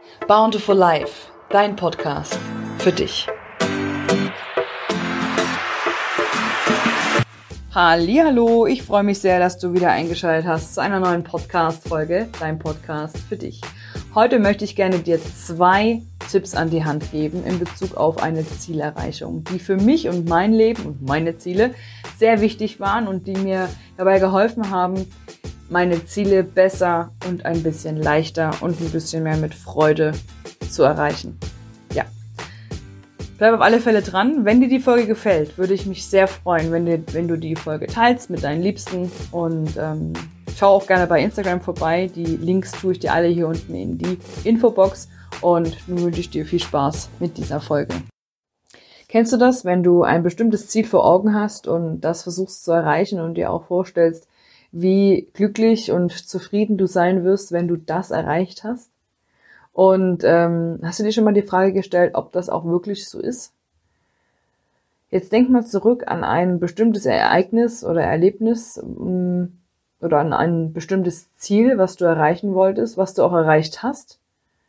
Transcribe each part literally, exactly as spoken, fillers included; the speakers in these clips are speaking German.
Bountiful Life, dein Podcast für dich. Hallihallo, ich freue mich sehr, dass du wieder eingeschaltet hast zu einer neuen Podcast-Folge, dein Podcast für dich. Heute möchte ich gerne dir zwei Tipps an die Hand geben in Bezug auf eine Zielerreichung, die für mich und mein Leben und meine Ziele sehr wichtig waren und die mir dabei geholfen haben, meine Ziele besser und ein bisschen leichter und ein bisschen mehr mit Freude zu erreichen. Ja, bleib auf alle Fälle dran. Wenn dir die Folge gefällt, würde ich mich sehr freuen, wenn, dir, wenn du die Folge teilst mit deinen Liebsten und ähm, schau auch gerne bei Instagram vorbei. Die Links tue ich dir alle hier unten in die Infobox und nun wünsche ich dir viel Spaß mit dieser Folge. Kennst du das, wenn du ein bestimmtes Ziel vor Augen hast und das versuchst zu erreichen und dir auch vorstellst, wie glücklich und zufrieden du sein wirst, wenn du das erreicht hast? Und ähm, hast du dir schon mal die Frage gestellt, ob das auch wirklich so ist? Jetzt denk mal zurück an ein bestimmtes Ereignis oder Erlebnis mh, oder an ein bestimmtes Ziel, was du erreichen wolltest, was du auch erreicht hast.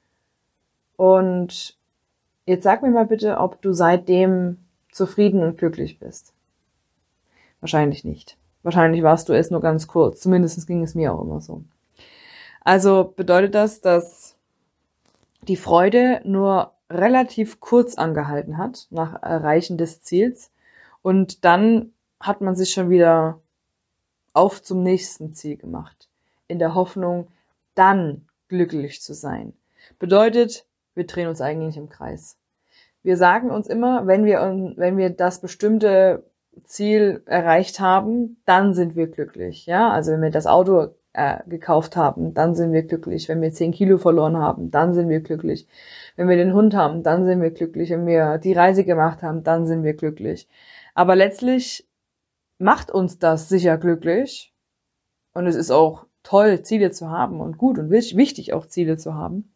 Und jetzt sag mir mal bitte, ob du seitdem zufrieden und glücklich bist. Wahrscheinlich nicht. Wahrscheinlich warst du es nur ganz kurz. Zumindest ging es mir auch immer so. Also bedeutet das, dass die Freude nur relativ kurz angehalten hat nach Erreichen des Ziels und dann hat man sich schon wieder auf zum nächsten Ziel gemacht, in der Hoffnung, dann glücklich zu sein. Bedeutet, wir drehen uns eigentlich im Kreis. Wir sagen uns immer, wenn wir, wenn wir das bestimmte Ziel erreicht haben, dann sind wir glücklich. Ja, also wenn wir das Auto äh, gekauft haben, dann sind wir glücklich. Wenn wir zehn Kilo verloren haben, dann sind wir glücklich. Wenn wir den Hund haben, dann sind wir glücklich. Wenn wir die Reise gemacht haben, dann sind wir glücklich. Aber letztlich macht uns das sicher glücklich. Und es ist auch toll, Ziele zu haben und gut und wichtig auch Ziele zu haben.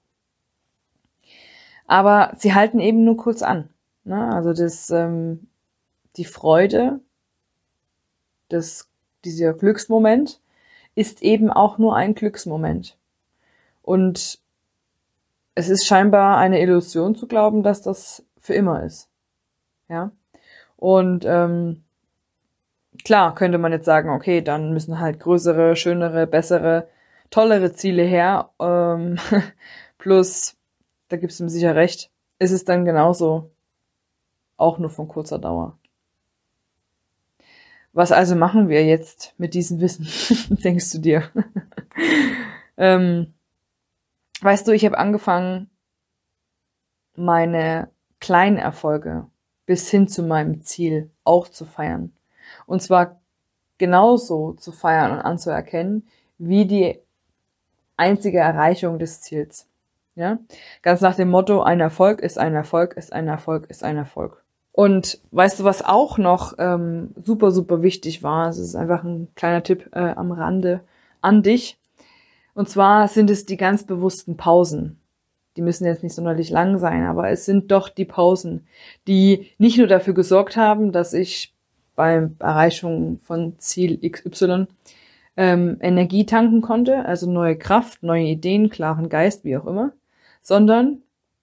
Aber sie halten eben nur kurz an. Ne? Also das ähm, die Freude, das, dieser Glücksmoment ist eben auch nur ein Glücksmoment. Und es ist scheinbar eine Illusion zu glauben, dass das für immer ist. Ja. Und ähm, klar könnte man jetzt sagen, okay, dann müssen halt größere, schönere, bessere, tollere Ziele her. Ähm, plus, da gibt es ihm sicher recht, ist es dann genauso auch nur von kurzer Dauer. Was also machen wir jetzt mit diesem Wissen, denkst du dir? ähm, weißt du, ich habe angefangen, meine kleinen Erfolge bis hin zu meinem Ziel auch zu feiern. Und zwar genauso zu feiern und anzuerkennen, wie die einzige Erreichung des Ziels. Ja? Ganz nach dem Motto, ein Erfolg ist ein Erfolg, ist ein Erfolg, ist ein Erfolg. Und weißt du, was auch noch ähm, super, super wichtig war? Es ist einfach ein kleiner Tipp äh, am Rande an dich. Und zwar sind es die ganz bewussten Pausen. Die müssen jetzt nicht sonderlich lang sein, aber es sind doch die Pausen, die nicht nur dafür gesorgt haben, dass ich beim Erreichung von Ziel X Y ähm, Energie tanken konnte, also neue Kraft, neue Ideen, klaren Geist, wie auch immer, sondern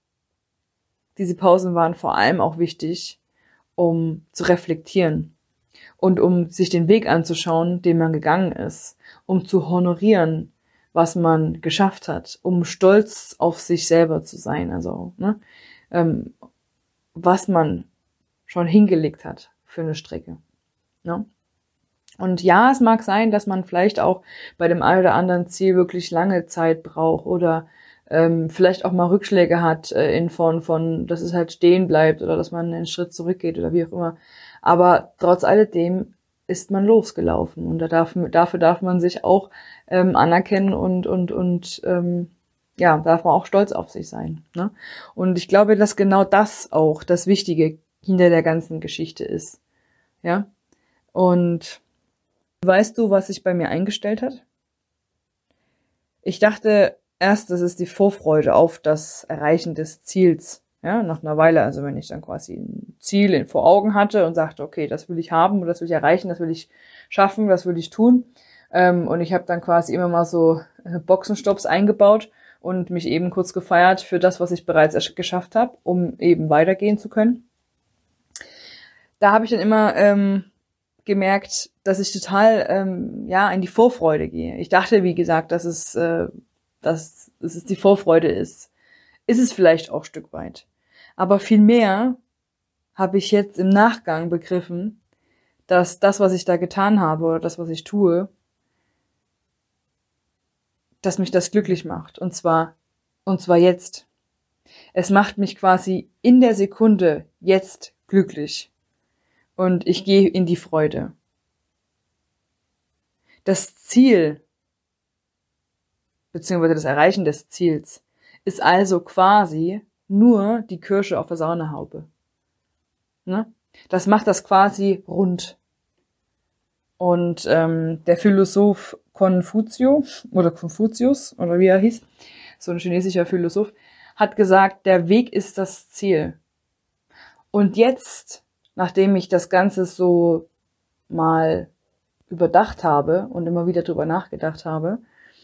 diese Pausen waren vor allem auch wichtig, um zu reflektieren und um sich den Weg anzuschauen, den man gegangen ist, um zu honorieren, was man geschafft hat, um stolz auf sich selber zu sein, also ne, ähm, was man schon hingelegt hat für eine Strecke. Ne? Und ja, es mag sein, dass man vielleicht auch bei dem einen oder anderen Ziel wirklich lange Zeit braucht oder ähm, vielleicht auch mal Rückschläge hat äh, in Form von, dass es halt stehen bleibt oder dass man einen Schritt zurückgeht oder wie auch immer. Aber trotz alledem ist man losgelaufen und da darf, dafür darf man sich auch ähm, anerkennen und und und ähm, ja, darf man auch stolz auf sich sein. Ne? Und ich glaube, dass genau das auch das Wichtige hinter der ganzen Geschichte ist. Ja. Und weißt du, was sich bei mir eingestellt hat? Ich dachte erst, das ist die Vorfreude auf das Erreichen des Ziels. Ja, nach einer Weile, also wenn ich dann quasi ein Ziel in, vor Augen hatte und sagte, okay, das will ich haben, das will ich erreichen, das will ich schaffen, das will ich tun. Ähm, und ich habe dann quasi immer mal so Boxenstopps eingebaut und mich eben kurz gefeiert für das, was ich bereits geschafft habe, um eben weitergehen zu können. Da habe ich dann immer ähm, gemerkt, dass ich total ähm, ja in die Vorfreude gehe. Ich dachte, wie gesagt, dass es, äh, dass, dass es die Vorfreude ist. Ist es vielleicht auch ein Stück weit. Aber vielmehr habe ich jetzt im Nachgang begriffen, dass das, was ich da getan habe oder das, was ich tue, dass mich das glücklich macht. Und zwar, und zwar jetzt. Es macht mich quasi in der Sekunde jetzt glücklich. Und ich gehe in die Freude. Das Ziel, beziehungsweise das Erreichen des Ziels, ist also quasi nur die Kirsche auf der Sahnehaube. Ne? Das macht das quasi rund. Und ähm, der Philosoph Konfutio oder Konfuzius oder wie er hieß, so ein chinesischer Philosoph, hat gesagt, der Weg ist das Ziel. Und jetzt, nachdem ich das Ganze so mal überdacht habe und immer wieder drüber nachgedacht habe,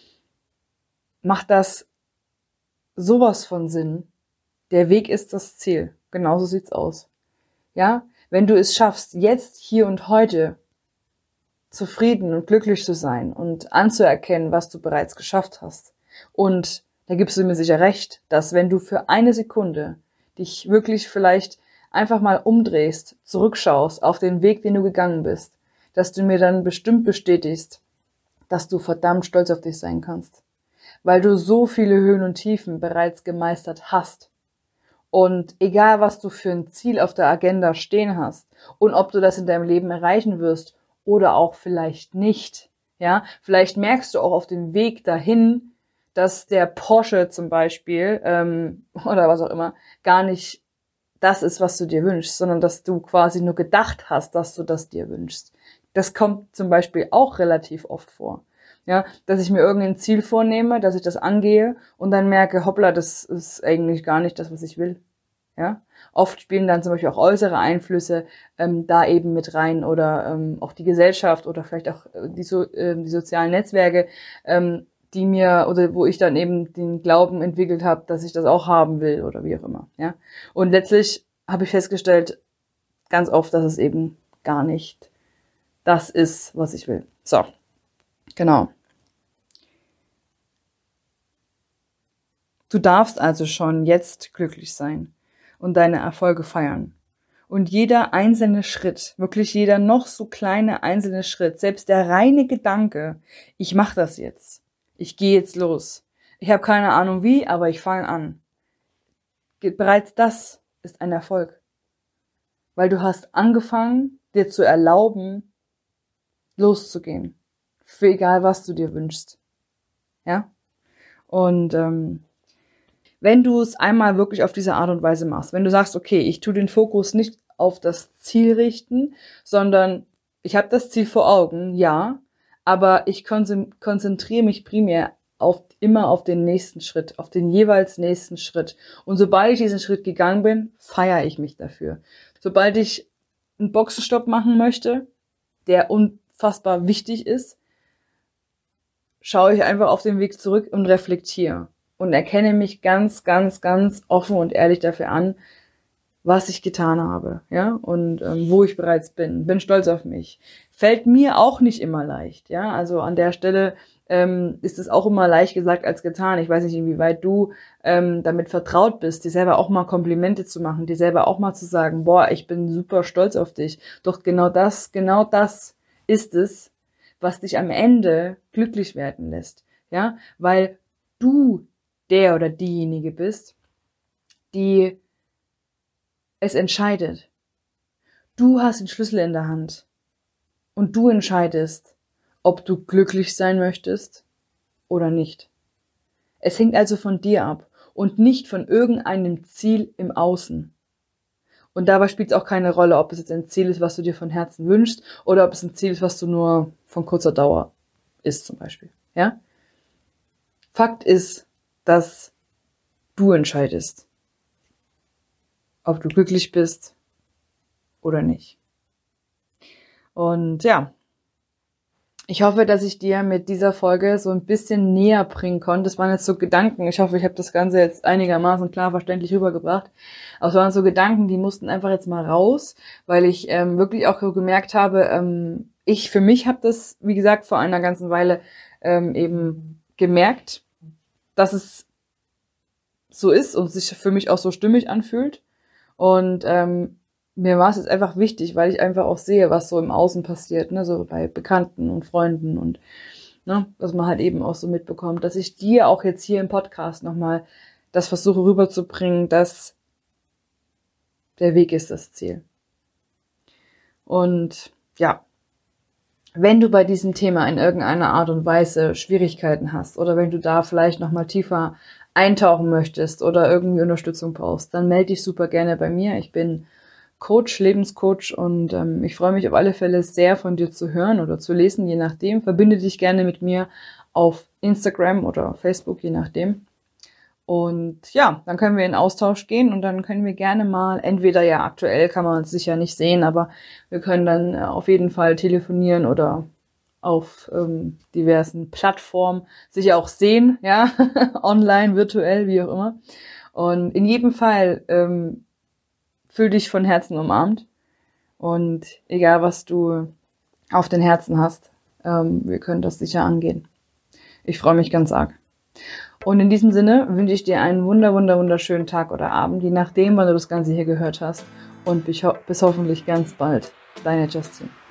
macht das sowas von Sinn. Der Weg ist das Ziel. Genauso sieht's aus. Ja, wenn du es schaffst, jetzt, hier und heute zufrieden und glücklich zu sein und anzuerkennen, was du bereits geschafft hast. Und da gibst du mir sicher recht, dass wenn du für eine Sekunde dich wirklich vielleicht einfach mal umdrehst, zurückschaust auf den Weg, den du gegangen bist, dass du mir dann bestimmt bestätigst, dass du verdammt stolz auf dich sein kannst. Weil du so viele Höhen und Tiefen bereits gemeistert hast. Und egal, was du für ein Ziel auf der Agenda stehen hast und ob du das in deinem Leben erreichen wirst oder auch vielleicht nicht, ja, vielleicht merkst du auch auf dem Weg dahin, dass der Porsche zum Beispiel ähm, oder was auch immer gar nicht das ist, was du dir wünschst, sondern dass du quasi nur gedacht hast, dass du das dir wünschst. Das kommt zum Beispiel auch relativ oft vor. Ja, dass ich mir irgendein Ziel vornehme, dass ich das angehe und dann merke, hoppla, das ist eigentlich gar nicht das, was ich will. Ja, oft spielen dann zum Beispiel auch äußere Einflüsse ähm, da eben mit rein oder ähm, auch die Gesellschaft oder vielleicht auch die, so, äh, die sozialen Netzwerke, ähm, die mir oder wo ich dann eben den Glauben entwickelt habe, dass ich das auch haben will oder wie auch immer. Ja, und letztlich habe ich festgestellt, ganz oft, dass es eben gar nicht das ist, was ich will. So. Genau. Du darfst also schon jetzt glücklich sein und deine Erfolge feiern. Und jeder einzelne Schritt, wirklich jeder noch so kleine einzelne Schritt, selbst der reine Gedanke, ich mache das jetzt, ich gehe jetzt los. Ich habe keine Ahnung wie, aber ich fange an. Bereits das ist ein Erfolg. Weil du hast angefangen, dir zu erlauben, loszugehen. Für egal, was du dir wünschst. Ja? Und ähm, wenn du es einmal wirklich auf diese Art und Weise machst, wenn du sagst, okay, ich tue den Fokus nicht auf das Ziel richten, sondern ich habe das Ziel vor Augen, ja, aber ich konzentriere mich primär auf, immer auf den nächsten Schritt, auf den jeweils nächsten Schritt. Und sobald ich diesen Schritt gegangen bin, feiere ich mich dafür. Sobald ich einen Boxenstopp machen möchte, der unfassbar wichtig ist, schaue ich einfach auf den Weg zurück und reflektiere und erkenne mich ganz, ganz, ganz offen und ehrlich dafür an, was ich getan habe, ja, und ähm, wo ich bereits bin. Bin stolz auf mich. Fällt mir auch nicht immer leicht, ja, also an der Stelle ähm, ist es auch immer leicht gesagt als getan. Ich weiß nicht, inwieweit du ähm, damit vertraut bist, dir selber auch mal Komplimente zu machen, dir selber auch mal zu sagen, boah, ich bin super stolz auf dich. Doch genau das, genau das ist es, was dich am Ende glücklich werden lässt, ja, weil du der oder diejenige bist, die es entscheidet. Du hast den Schlüssel in der Hand und du entscheidest, ob du glücklich sein möchtest oder nicht. Es hängt also von dir ab und nicht von irgendeinem Ziel im Außen. Und dabei spielt es auch keine Rolle, ob es jetzt ein Ziel ist, was du dir von Herzen wünschst oder ob es ein Ziel ist, was du nur von kurzer Dauer ist zum Beispiel. Ja? Fakt ist, dass du entscheidest, ob du glücklich bist oder nicht. Und ja, Ich hoffe, dass ich dir mit dieser Folge so ein bisschen näher bringen konnte. Das waren jetzt so Gedanken. Ich hoffe, ich habe das Ganze jetzt einigermaßen klar verständlich rübergebracht. Aber es waren so Gedanken, die mussten einfach jetzt mal raus, weil ich ähm, wirklich auch so gemerkt habe, ähm, ich für mich habe das, wie gesagt, vor einer ganzen Weile ähm, eben gemerkt, dass es so ist und sich für mich auch so stimmig anfühlt. Und ähm, mir war es jetzt einfach wichtig, weil ich einfach auch sehe, was so im Außen passiert, ne, so bei Bekannten und Freunden und ne, was man halt eben auch so mitbekommt, dass ich dir auch jetzt hier im Podcast nochmal das versuche rüberzubringen, dass der Weg ist das Ziel. Und ja, wenn du bei diesem Thema in irgendeiner Art und Weise Schwierigkeiten hast oder wenn du da vielleicht nochmal tiefer eintauchen möchtest oder irgendwie Unterstützung brauchst, dann melde dich super gerne bei mir. Ich bin Coach, Lebenscoach und ähm, ich freue mich auf alle Fälle sehr von dir zu hören oder zu lesen, je nachdem. Verbinde dich gerne mit mir auf Instagram oder Facebook, je nachdem. Und ja, dann können wir in Austausch gehen und dann können wir gerne mal, entweder ja aktuell kann man uns sicher nicht sehen, aber wir können dann auf jeden Fall telefonieren oder auf ähm, diversen Plattformen sicher auch sehen, ja, online, virtuell, wie auch immer. Und in jedem Fall ähm, fühl dich von Herzen umarmt und egal, was du auf den Herzen hast, ähm, wir können das sicher angehen. Ich freue mich ganz arg. Und in diesem Sinne wünsche ich dir einen wunder, wunder, wunderschönen Tag oder Abend, je nachdem, wann du das Ganze hier gehört hast. Und bis, ho- bis hoffentlich ganz bald. Deine Justine.